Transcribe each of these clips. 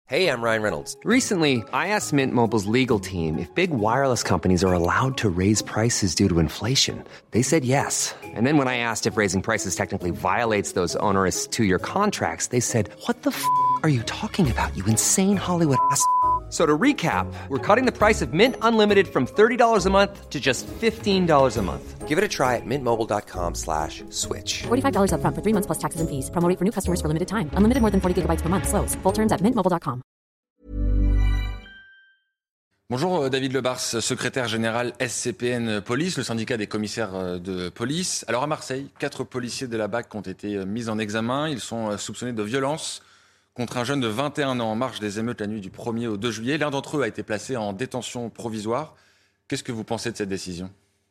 Hey, I'm Ryan Reynolds. Recently, I asked Mint Mobile's legal team if big wireless companies are allowed to raise prices due to inflation. They said yes. And then when I asked if raising prices technically violates those onerous two-year contracts, they said, "What the f*** are you talking about, you insane Hollywood ass?" So to recap, we're cutting the price of Mint Unlimited from $30 a month to just $15 a month. Give it a try at mintmobile.com/switch. $45 up front for 3 months plus taxes and fees. Promo rate for new customers for limited time. Unlimited more than 40 gigabytes per month. Slows full terms at mintmobile.com. Bonjour David Lebars, secrétaire général SCPN Police, le syndicat des commissaires de police. Alors à Marseille, 4 policiers de la BAC ont été mis en examen. Ils sont soupçonnés de violence contre un jeune de 21 ans en marge des émeutes la nuit du 1er au 2 juillet. L'un d'entre eux a été placé en détention provisoire. Qu'est-ce que vous pensez de cette décision ?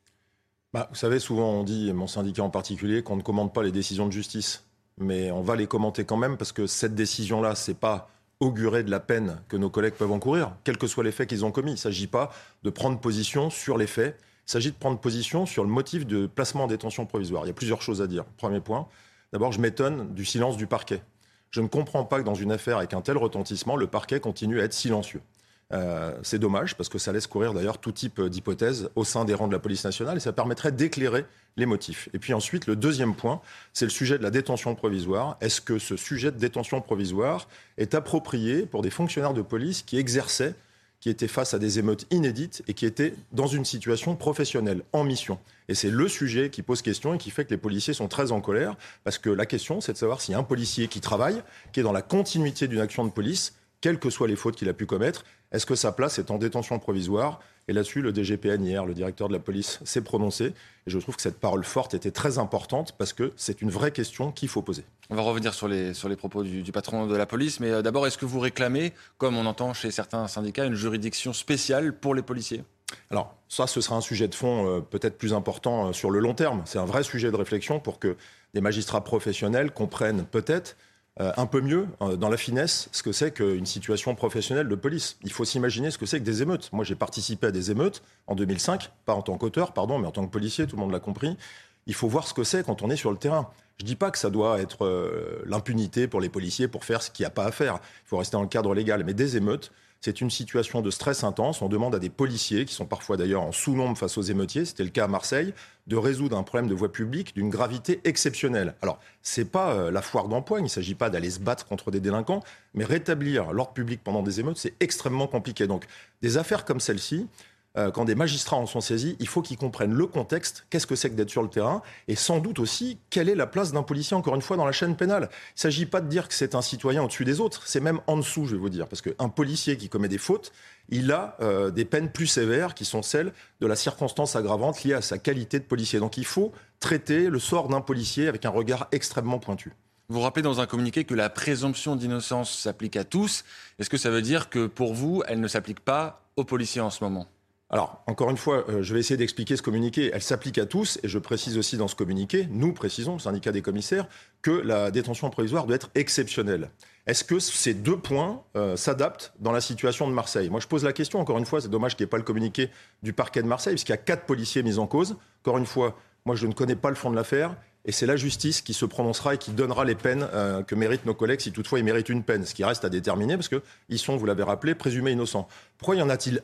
Vous savez, souvent on dit, mon syndicat en particulier, qu'on ne commande pas les décisions de justice. Mais on va les commenter quand même parce que cette décision-là, c'est pas augurer de la peine que nos collègues peuvent encourir, quels que soient les faits qu'ils ont commis. Il ne s'agit pas de prendre position sur les faits. Il s'agit de prendre position sur le motif de placement en détention provisoire. Il y a plusieurs choses à dire. Premier point, d'abord, je m'étonne du silence du parquet. Je ne comprends pas que dans une affaire avec un tel retentissement, le parquet continue à être silencieux. C'est dommage parce que ça laisse courir d'ailleurs tout type d'hypothèses au sein des rangs de la police nationale et ça permettrait d'éclairer les motifs. Et puis ensuite, le deuxième point, c'est le sujet de la détention provisoire. Est-ce que ce sujet de détention provisoire est approprié pour des fonctionnaires de police qui exerçaient, qui étaient face à des émeutes inédites et qui étaient dans une situation professionnelle, en mission? Et c'est le sujet qui pose question et qui fait que les policiers sont très en colère parce que la question, c'est de savoir si un policier qui travaille, qui est dans la continuité d'une action de police, quelles que soient les fautes qu'il a pu commettre, est-ce que sa place est en détention provisoire? Et là-dessus, le DGPN hier, le directeur de la police, s'est prononcé. Et je trouve que cette parole forte était très importante parce que c'est une vraie question qu'il faut poser. On va revenir sur les propos du patron de la police. Mais d'abord, est-ce que vous réclamez, comme on entend chez certains syndicats, une juridiction spéciale pour les policiers? Alors ça, ce sera un sujet de fond peut-être plus important sur le long terme. C'est un vrai sujet de réflexion pour que des magistrats professionnels comprennent peut-être un peu mieux, dans la finesse, ce que c'est qu'une situation professionnelle de police. Il faut s'imaginer ce que c'est que des émeutes. Moi, j'ai participé à des émeutes en 2005, pas en tant qu'auteur, mais en tant que policier, tout le monde l'a compris. Il faut voir ce que c'est quand on est sur le terrain. Je ne dis pas que ça doit être l'impunité pour les policiers pour faire ce qu'il n'y a pas à faire. Il faut rester dans le cadre légal. Mais des émeutes, c'est une situation de stress intense. On demande à des policiers, qui sont parfois d'ailleurs en sous-nombre face aux émeutiers, c'était le cas à Marseille, de résoudre un problème de voie publique d'une gravité exceptionnelle. Alors, ce n'est pas la foire d'empoigne, il ne s'agit pas d'aller se battre contre des délinquants, mais rétablir l'ordre public pendant des émeutes, c'est extrêmement compliqué. Donc, des affaires comme celle-ci, quand des magistrats en sont saisis, il faut qu'ils comprennent le contexte, qu'est-ce que c'est que d'être sur le terrain, et sans doute aussi, quelle est la place d'un policier, encore une fois, dans la chaîne pénale. Il ne s'agit pas de dire que c'est un citoyen au-dessus des autres, c'est même en dessous, je vais vous dire, parce qu'un policier qui commet des fautes, il a des peines plus sévères qui sont celles de la circonstance aggravante liée à sa qualité de policier. Donc il faut traiter le sort d'un policier avec un regard extrêmement pointu. Vous rappelez dans un communiqué que la présomption d'innocence s'applique à tous. Est-ce que ça veut dire que pour vous, elle ne s'applique pas aux policiers en ce moment ? Alors, encore une fois, je vais essayer d'expliquer ce communiqué. Elle s'applique à tous, et je précise aussi dans ce communiqué, nous précisons, le syndicat des commissaires, que la détention provisoire doit être exceptionnelle. Est-ce que ces deux points s'adaptent dans la situation de Marseille ? Moi, je pose la question, encore une fois, c'est dommage qu'il n'y ait pas le communiqué du parquet de Marseille, parce qu'il y a 4 policiers mis en cause. Encore une fois, moi, je ne connais pas le fond de l'affaire, et c'est la justice qui se prononcera et qui donnera les peines que méritent nos collègues, si toutefois ils méritent une peine, ce qui reste à déterminer, parce qu'ils sont, vous l'avez rappelé, présumés innocents. Pourquoi y en a-t-il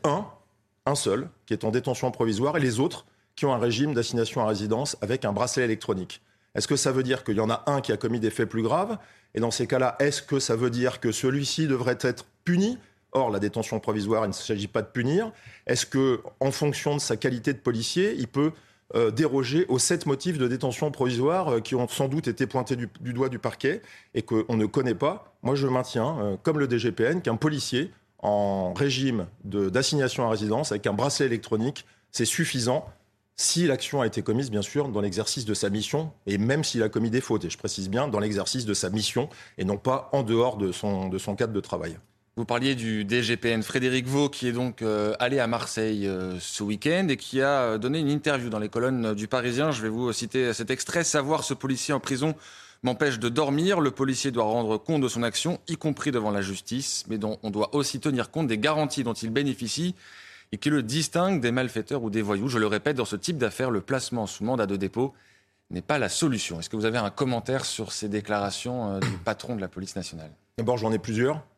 un seul, qui est en détention provisoire, et les autres qui ont un régime d'assignation à résidence avec un bracelet électronique? Est-ce que ça veut dire qu'il y en a un qui a commis des faits plus graves? Et dans ces cas-là, est-ce que ça veut dire que celui-ci devrait être puni? Or, la détention provisoire, il ne s'agit pas de punir. Est-ce que, en fonction de sa qualité de policier, il peut déroger aux 7 motifs de détention provisoire qui ont sans doute été pointés du doigt du parquet et qu'on ne connaît pas? Moi, je maintiens, comme le DGPN, qu'un policier en régime d'assignation à résidence avec un bracelet électronique, c'est suffisant si l'action a été commise, bien sûr, dans l'exercice de sa mission, et même s'il a commis des fautes, et je précise bien, dans l'exercice de sa mission, et non pas en dehors de son cadre de travail. Vous parliez du DGPN Frédéric Vaux, qui est donc allé à Marseille ce week-end et qui a donné une interview dans les colonnes du Parisien. Je vais vous citer cet extrait. « Savoir ce policier en prison m'empêche de dormir. Le policier doit rendre compte de son action, y compris devant la justice, mais dont on doit aussi tenir compte des garanties dont il bénéficie et qui le distinguent des malfaiteurs ou des voyous. Je le répète, dans ce type d'affaires, le placement sous mandat de dépôt n'est pas la solution. » Est-ce que vous avez un commentaire sur ces déclarations du patron de la police nationale ? D'abord, j'en ai plusieurs.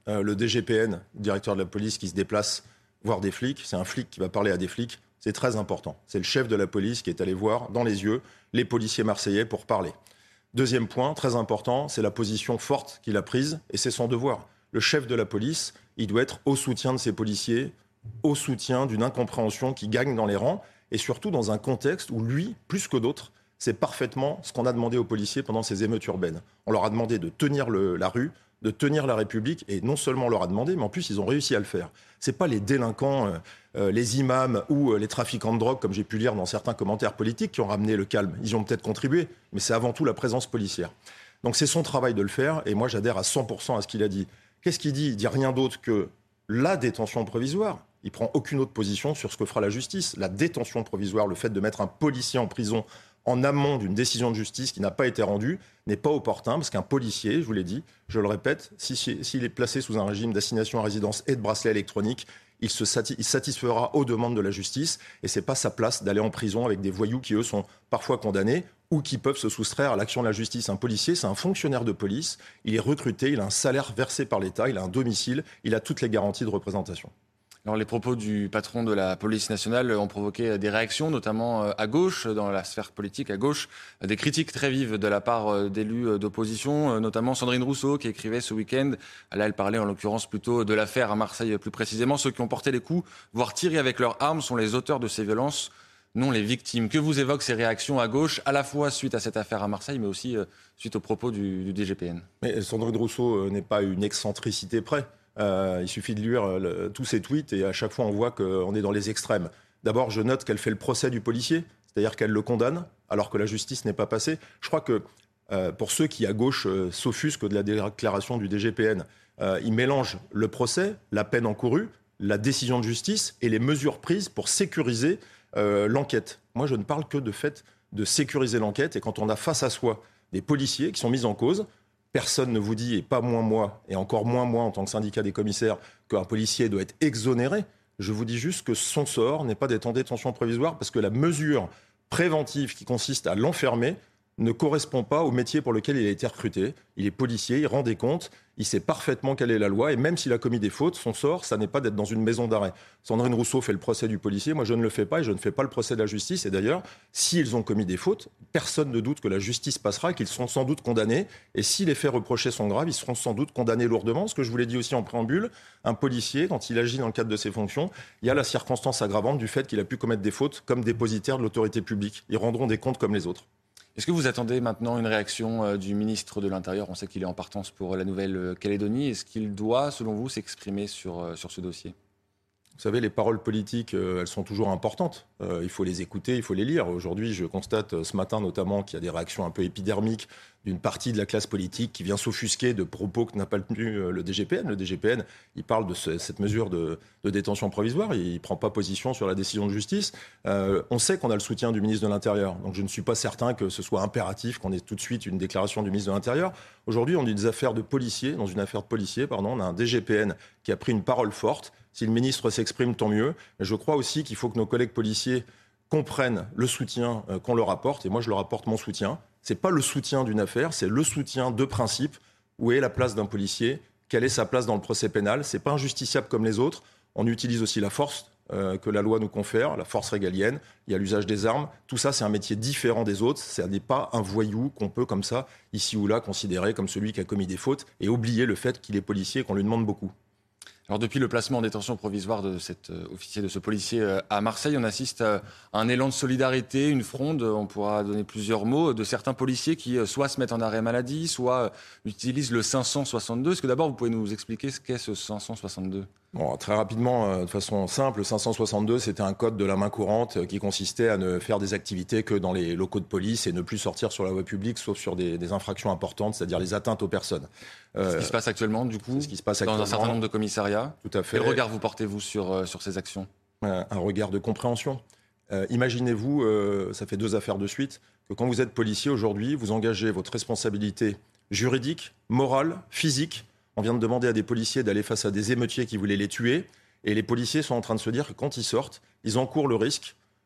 le DGPN, directeur de la police, qui se déplace voir des flics. C'est un flic qui va parler à des flics. C'est très important. C'est le chef de la police qui est allé voir dans les yeux les policiers marseillais pour parler. Deuxième point, très important, c'est la position forte qu'il a prise et c'est son devoir. Le chef de la police, il doit être au soutien de ses policiers, au soutien d'une incompréhension qui gagne dans les rangs et surtout dans un contexte où lui, plus que d'autres, c'est parfaitement ce qu'on a demandé aux policiers pendant ces émeutes urbaines. On leur a demandé de tenir la rue, de tenir la République, et non seulement on leur a demandé, mais en plus ils ont réussi à le faire. C'est pas les délinquants, les imams ou les trafiquants de drogue, comme j'ai pu lire dans certains commentaires politiques, qui ont ramené le calme. Ils y ont peut-être contribué, mais c'est avant tout la présence policière. Donc c'est son travail de le faire, et moi j'adhère à 100% à ce qu'il a dit. Qu'est-ce qu'il dit ? Il dit rien d'autre que la détention provisoire. Il prend aucune autre position sur ce que fera la justice. La détention provisoire, le fait de mettre un policier en prison en amont d'une décision de justice qui n'a pas été rendue, n'est pas opportun, parce qu'un policier, je vous l'ai dit, je le répète, s'il est placé sous un régime d'assignation à résidence et de bracelet électronique, il satisfera aux demandes de la justice, et ce n'est pas sa place d'aller en prison avec des voyous qui, eux, sont parfois condamnés ou qui peuvent se soustraire à l'action de la justice. Un policier, c'est un fonctionnaire de police, il est recruté, il a un salaire versé par l'État, il a un domicile, il a toutes les garanties de représentation. Alors, les propos du patron de la police nationale ont provoqué des réactions, notamment à gauche, dans la sphère politique à gauche, des critiques très vives de la part d'élus d'opposition, notamment Sandrine Rousseau qui écrivait ce week-end. Là, elle parlait en l'occurrence plutôt de l'affaire à Marseille plus précisément. Ceux qui ont porté les coups, voire tiré avec leurs armes, sont les auteurs de ces violences, non les victimes. Que vous évoquent ces réactions à gauche, à la fois suite à cette affaire à Marseille, mais aussi suite aux propos du DGPN ? Mais Sandrine Rousseau n'est pas une excentricité près. Il suffit de lire tous ses tweets et à chaque fois on voit qu'on est dans les extrêmes. D'abord, je note qu'elle fait le procès du policier, c'est-à-dire qu'elle le condamne alors que la justice n'est pas passée. Je crois que pour ceux qui à gauche s'offusquent de la déclaration du DGPN, ils mélangent le procès, la peine encourue, la décision de justice et les mesures prises pour sécuriser l'enquête. Moi, je ne parle que de fait de sécuriser l'enquête, et quand on a face à soi des policiers qui sont mis en cause, personne ne vous dit, et pas moins moi, et encore moins moi en tant que syndicat des commissaires, qu'un policier doit être exonéré. Je vous dis juste que son sort n'est pas d'être en détention provisoire, parce que la mesure préventive qui consiste à l'enfermer ne correspond pas au métier pour lequel il a été recruté. Il est policier, il rend des comptes, il sait parfaitement quelle est la loi, et même s'il a commis des fautes, son sort, ça n'est pas d'être dans une maison d'arrêt. Sandrine Rousseau fait le procès du policier, moi je ne le fais pas, et je ne fais pas le procès de la justice. Et d'ailleurs, s'ils ont commis des fautes, personne ne doute que la justice passera, qu'ils seront sans doute condamnés, et si les faits reprochés sont graves, ils seront sans doute condamnés lourdement. Ce que je vous l'ai dit aussi en préambule, un policier, quand il agit dans le cadre de ses fonctions, il y a la circonstance aggravante du fait qu'il a pu commettre des fautes comme dépositaire de l'autorité publique. Ils rendront des comptes comme les autres. Est-ce que vous attendez maintenant une réaction du ministre de l'Intérieur ? On sait qu'il est en partance pour la Nouvelle-Calédonie. Est-ce qu'il doit, selon vous, s'exprimer sur ce dossier ? Vous savez, les paroles politiques, elles sont toujours importantes. Il faut les écouter, il faut les lire. Aujourd'hui, je constate ce matin notamment qu'il y a des réactions un peu épidermiques d'une partie de la classe politique qui vient s'offusquer de propos que n'a pas tenu le DGPN. Le DGPN, il parle de cette mesure de détention provisoire. Il ne prend pas position sur la décision de justice. On sait qu'on a le soutien du ministre de l'Intérieur. Donc je ne suis pas certain que ce soit impératif qu'on ait tout de suite une déclaration du ministre de l'Intérieur. Aujourd'hui, on a des affaires de policiers. Dans une affaire de policiers, on a un DGPN qui a pris une parole forte. Si le ministre s'exprime, tant mieux. Mais je crois aussi qu'il faut que nos collègues policiers comprennent le soutien qu'on leur apporte. Et moi, je leur apporte mon soutien. Ce n'est pas le soutien d'une affaire, c'est le soutien de principe. Où est la place d'un policier ? Quelle est sa place dans le procès pénal ? Ce n'est pas injusticiable comme les autres. On utilise aussi la force que la loi nous confère, la force régalienne. Il y a l'usage des armes. Tout ça, c'est un métier différent des autres. Ce n'est pas un voyou qu'on peut, comme ça, ici ou là, considérer comme celui qui a commis des fautes et oublier le fait qu'il est policier et qu'on lui demande beaucoup. Alors depuis le placement en détention provisoire de cet officier, de ce policier à Marseille, on assiste à un élan de solidarité, une fronde, on pourra donner plusieurs mots, de certains policiers qui soit se mettent en arrêt maladie, soit utilisent le 562. Est-ce que d'abord vous pouvez nous expliquer ce qu'est ce 562 ? Bon, très rapidement, de façon simple, le 562, c'était un code de la main courante qui consistait à ne faire des activités que dans les locaux de police et ne plus sortir sur la voie publique, sauf sur des infractions importantes, c'est-à-dire les atteintes aux personnes. C'est ce qui se passe actuellement, du coup, dans un certain nombre de commissariats. Tout à fait. Quel regard vous portez-vous sur ces actions ? Un regard de compréhension. Imaginez-vous, ça fait 2 affaires de suite, que quand vous êtes policier aujourd'hui, vous engagez votre responsabilité juridique, morale, physique. On vient de demander à des policiers d'aller face à des émeutiers qui voulaient les tuer. Et les policiers sont en train de se dire que quand ils sortent, ils encourent le risque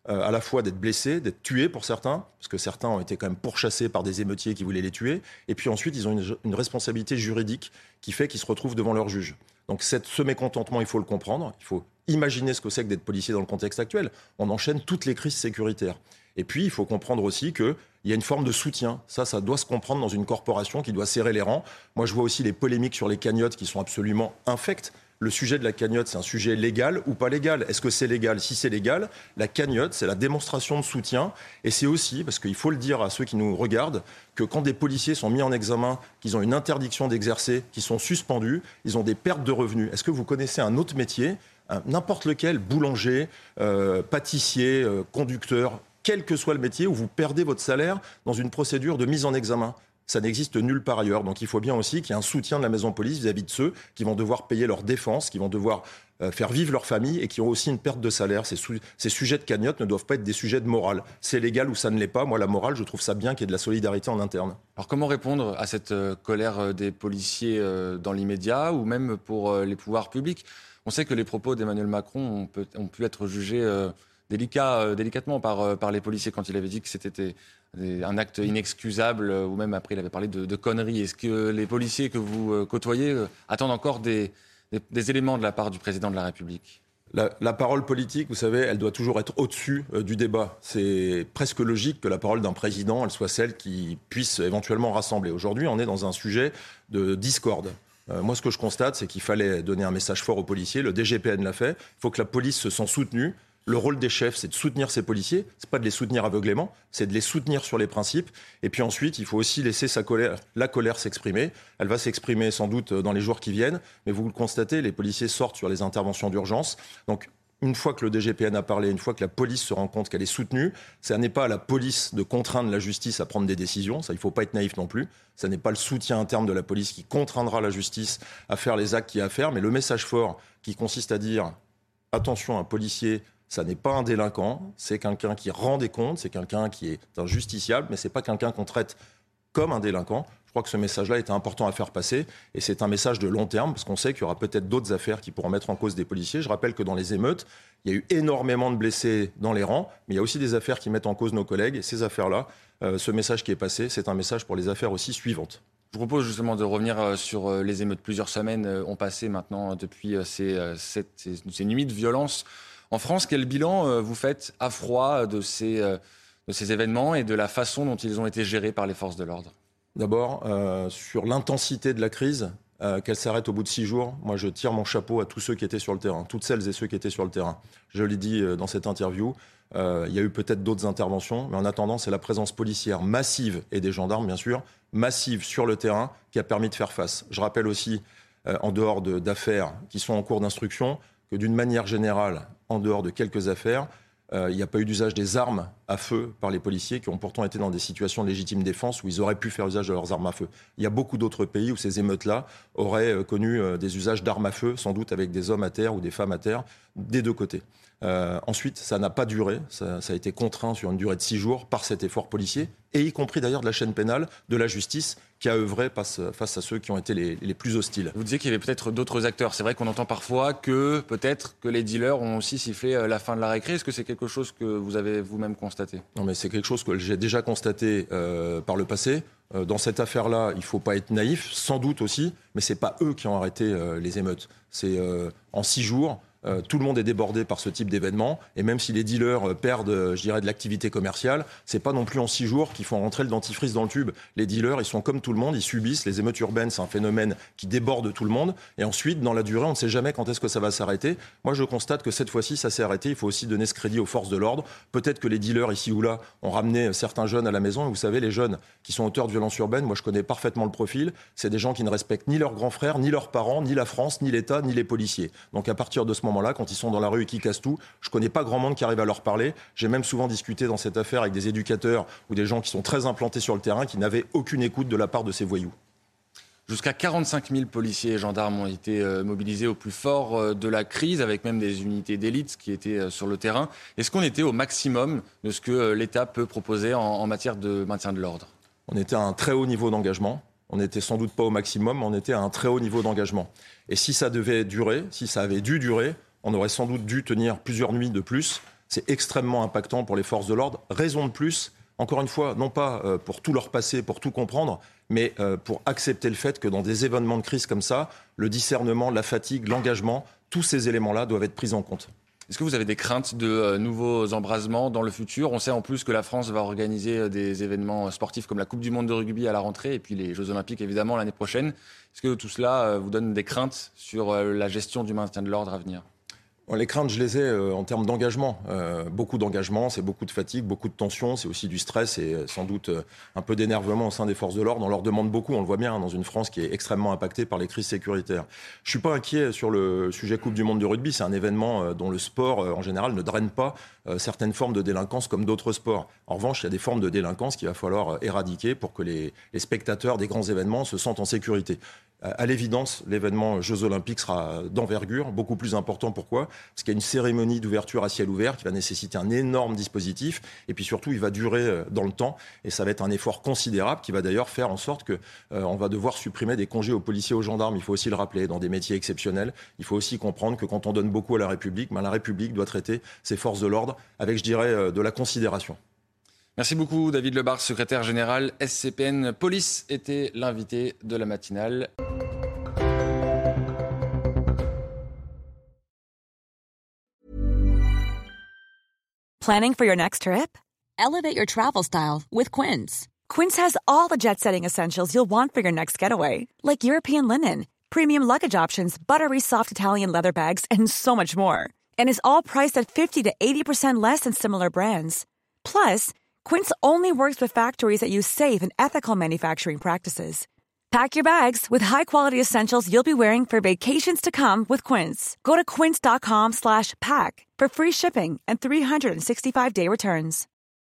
à la fois d'être blessés, d'être tués pour certains, parce que certains ont été quand même pourchassés par des émeutiers qui voulaient les tuer, et puis ensuite ils ont une responsabilité juridique qui fait qu'ils se retrouvent devant leur juge. Donc ce mécontentement, il faut le comprendre, il faut imaginer ce que c'est que d'être policier dans le contexte actuel. On enchaîne toutes les crises sécuritaires. Et puis, il faut comprendre aussi qu'il y a une forme de soutien. Ça doit se comprendre dans une corporation qui doit serrer les rangs. Moi, je vois aussi les polémiques sur les cagnottes qui sont absolument infectes. Le sujet de la cagnotte, c'est un sujet légal ou pas légal. Est-ce que c'est légal ? Si c'est légal, la cagnotte, c'est la démonstration de soutien. Et c'est aussi, parce qu'il faut le dire à ceux qui nous regardent, que quand des policiers sont mis en examen, qu'ils ont une interdiction d'exercer, qu'ils sont suspendus, ils ont des pertes de revenus. Est-ce que vous connaissez un autre métier, n'importe lequel, boulanger, pâtissier, conducteur, quel que soit le métier, où vous perdez votre salaire dans une procédure de mise en examen? Ça n'existe nulle part ailleurs. Donc il faut bien aussi qu'il y ait un soutien de la maison police vis-à-vis de ceux qui vont devoir payer leur défense, qui vont devoir faire vivre leur famille et qui ont aussi une perte de salaire. Ces sujets de cagnotte ne doivent pas être des sujets de morale. C'est légal ou ça ne l'est pas. Moi, la morale, je trouve ça bien qu'il y ait de la solidarité en interne. Alors comment répondre à cette colère des policiers dans l'immédiat ou même pour les pouvoirs publics? On sait que les propos d'Emmanuel Macron ont pu être jugés délicatement par les policiers quand il avait dit que c'était un acte inexcusable, ou même après il avait parlé de conneries. Est-ce que les policiers que vous côtoyez attendent encore des éléments de la part du président de la République ? La parole politique, vous savez, elle doit toujours être au-dessus du débat. C'est presque logique que la parole d'un président, elle soit celle qui puisse éventuellement rassembler. Aujourd'hui, on est dans un sujet de discorde. Moi, ce que je constate, c'est qu'il fallait donner un message fort aux policiers. Le DGPN l'a fait. Il faut que la police se sente soutenue. Le rôle des chefs, c'est de soutenir ces policiers. C'est pas de les soutenir aveuglément, c'est de les soutenir sur les principes. Et puis ensuite, il faut aussi laisser la colère s'exprimer. Elle va s'exprimer sans doute dans les jours qui viennent. Mais vous le constatez, les policiers sortent sur les interventions d'urgence. Donc, une fois que le DGPN a parlé, une fois que la police se rend compte qu'elle est soutenue, ça n'est pas à la police de contraindre la justice à prendre des décisions. Ça, il ne faut pas être naïf non plus. Ça n'est pas le soutien interne de la police qui contraindra la justice à faire les actes qu'il y a à faire. Mais le message fort qui consiste à dire « Attention, un policier, ça n'est pas un délinquant, c'est quelqu'un qui rend des comptes, c'est quelqu'un qui est un justiciable, mais ce n'est pas quelqu'un qu'on traite comme un délinquant ». Je crois que ce message-là était important à faire passer et c'est un message de long terme parce qu'on sait qu'il y aura peut-être d'autres affaires qui pourront mettre en cause des policiers. Je rappelle que dans les émeutes, il y a eu énormément de blessés dans les rangs, mais il y a aussi des affaires qui mettent en cause nos collègues et ces affaires-là, ce message qui est passé, c'est un message pour les affaires aussi suivantes. Je vous propose justement de revenir sur les émeutes. Plusieurs semaines ont passé maintenant depuis ces nuits de violence. En France, quel bilan vous faites à froid de ces événements et de la façon dont ils ont été gérés par les forces de l'ordre ? D'abord, sur l'intensité de la crise, qu'elle s'arrête au bout de 6 jours, moi je tire mon chapeau à tous ceux qui étaient sur le terrain, toutes celles et ceux qui étaient sur le terrain. Je l'ai dit dans cette interview, il y a eu peut-être d'autres interventions, mais en attendant, c'est la présence policière massive, et des gendarmes bien sûr, massive sur le terrain qui a permis de faire face. Je rappelle aussi, en dehors d'affaires qui sont en cours d'instruction, que d'une manière générale, en dehors de quelques affaires, il n'y a pas eu d'usage des armes à feu par les policiers qui ont pourtant été dans des situations de légitime défense où ils auraient pu faire usage de leurs armes à feu. Il y a beaucoup d'autres pays où ces émeutes-là auraient connu des usages d'armes à feu, sans doute avec des hommes à terre ou des femmes à terre, des deux côtés. Ensuite, ça n'a pas duré, ça a été contraint sur une durée de 6 jours par cet effort policier, et y compris d'ailleurs de la chaîne pénale, de la justice, qui a œuvré face à ceux qui ont été les plus hostiles. Vous disiez qu'il y avait peut-être d'autres acteurs. C'est vrai qu'on entend parfois que peut-être que les dealers ont aussi sifflé la fin de la récré. Est-ce que c'est quelque chose que vous avez vous-même constaté ? Non, mais c'est quelque chose que j'ai déjà constaté par le passé. Dans cette affaire-là, il ne faut pas être naïf, sans doute aussi, mais ce n'est pas eux qui ont arrêté les émeutes. C'est en 6 jours. Tout le monde est débordé par ce type d'événement. Et même si les dealers perdent, je dirais, de l'activité commerciale, c'est pas non plus en 6 jours qu'ils font rentrer le dentifrice dans le tube. Les dealers, ils sont comme tout le monde, ils subissent. Les émeutes urbaines, c'est un phénomène qui déborde tout le monde. Et ensuite, dans la durée, on ne sait jamais quand est-ce que ça va s'arrêter. Moi, je constate que cette fois-ci, ça s'est arrêté. Il faut aussi donner ce crédit aux forces de l'ordre. Peut-être que les dealers, ici ou là, ont ramené certains jeunes à la maison. Et vous savez, les jeunes qui sont auteurs de violences urbaines, moi, je connais parfaitement le profil. C'est des gens qui ne respectent ni leurs grands frères, ni leurs parents, ni la France, ni l'État, ni les policiers. Donc, à partir de ce moment-là, quand ils sont dans la rue et qui cassent tout, je connais pas grand monde qui arrive à leur parler. J'ai même souvent discuté dans cette affaire avec des éducateurs ou des gens qui sont très implantés sur le terrain qui n'avaient aucune écoute de la part de ces voyous. Jusqu'à 45 000 policiers et gendarmes ont été mobilisés au plus fort de la crise, avec même des unités d'élite qui étaient sur le terrain. Est-ce qu'on était au maximum de ce que l'État peut proposer en matière de maintien de l'ordre ? On était à un très haut niveau d'engagement. On n'était sans doute pas au maximum, mais on était à un très haut niveau d'engagement. Et si ça devait durer, si ça avait dû durer, on aurait sans doute dû tenir plusieurs nuits de plus. c'est extrêmement impactant pour les forces de l'ordre. Raison de plus, encore une fois, non pas pour tout leur passer, pour tout comprendre, mais pour accepter le fait que dans des événements de crise comme ça, le discernement, la fatigue, l'engagement, tous ces éléments-là doivent être pris en compte. Est-ce que vous avez des craintes de nouveaux embrasements dans le futur ? On sait en plus que la France va organiser des événements sportifs comme la Coupe du Monde de rugby à la rentrée et puis les Jeux Olympiques évidemment l'année prochaine. Est-ce que tout cela vous donne des craintes sur la gestion du maintien de l'ordre à venir ? Les craintes, je les ai en termes d'engagement. Beaucoup d'engagement, c'est beaucoup de fatigue, beaucoup de tension, c'est aussi du stress et sans doute un peu d'énervement au sein des forces de l'ordre. On leur demande beaucoup, on le voit bien, dans une France qui est extrêmement impactée par les crises sécuritaires. Je ne suis pas inquiet sur le sujet Coupe du Monde de rugby. C'est un événement dont le sport, en général, ne draine pas certaines formes de délinquance comme d'autres sports. En revanche, il y a des formes de délinquance qu'il va falloir éradiquer pour que les spectateurs des grands événements se sentent en sécurité. À l'évidence, l'événement Jeux Olympiques sera d'envergure, beaucoup plus important. Pourquoi ? Parce qu'il y a une cérémonie d'ouverture à ciel ouvert qui va nécessiter un énorme dispositif. Et puis surtout, il va durer dans le temps. Et ça va être un effort considérable qui va d'ailleurs faire en sorte qu'on va devoir supprimer des congés aux policiers et aux gendarmes. Il faut aussi le rappeler, dans des métiers exceptionnels. Il faut aussi comprendre que quand on donne beaucoup à la République, la République doit traiter ses forces de l'ordre avec, je dirais, de la considération. Merci beaucoup David Lebars, secrétaire général SCPN Police, était l'invité de la matinale. Planning for your next trip? Elevate your travel style with Quince. Quince has all the jet-setting essentials you'll want for your next getaway, like European linen, premium luggage options, buttery soft Italian leather bags, and so much more. And is all priced at 50 to 80% less than similar brands. Plus, Quince only works with factories that use safe and ethical manufacturing practices. Pack your bags with high-quality essentials you'll be wearing for vacations to come with Quince. Go to quince.com/pack for free shipping and 365-day returns.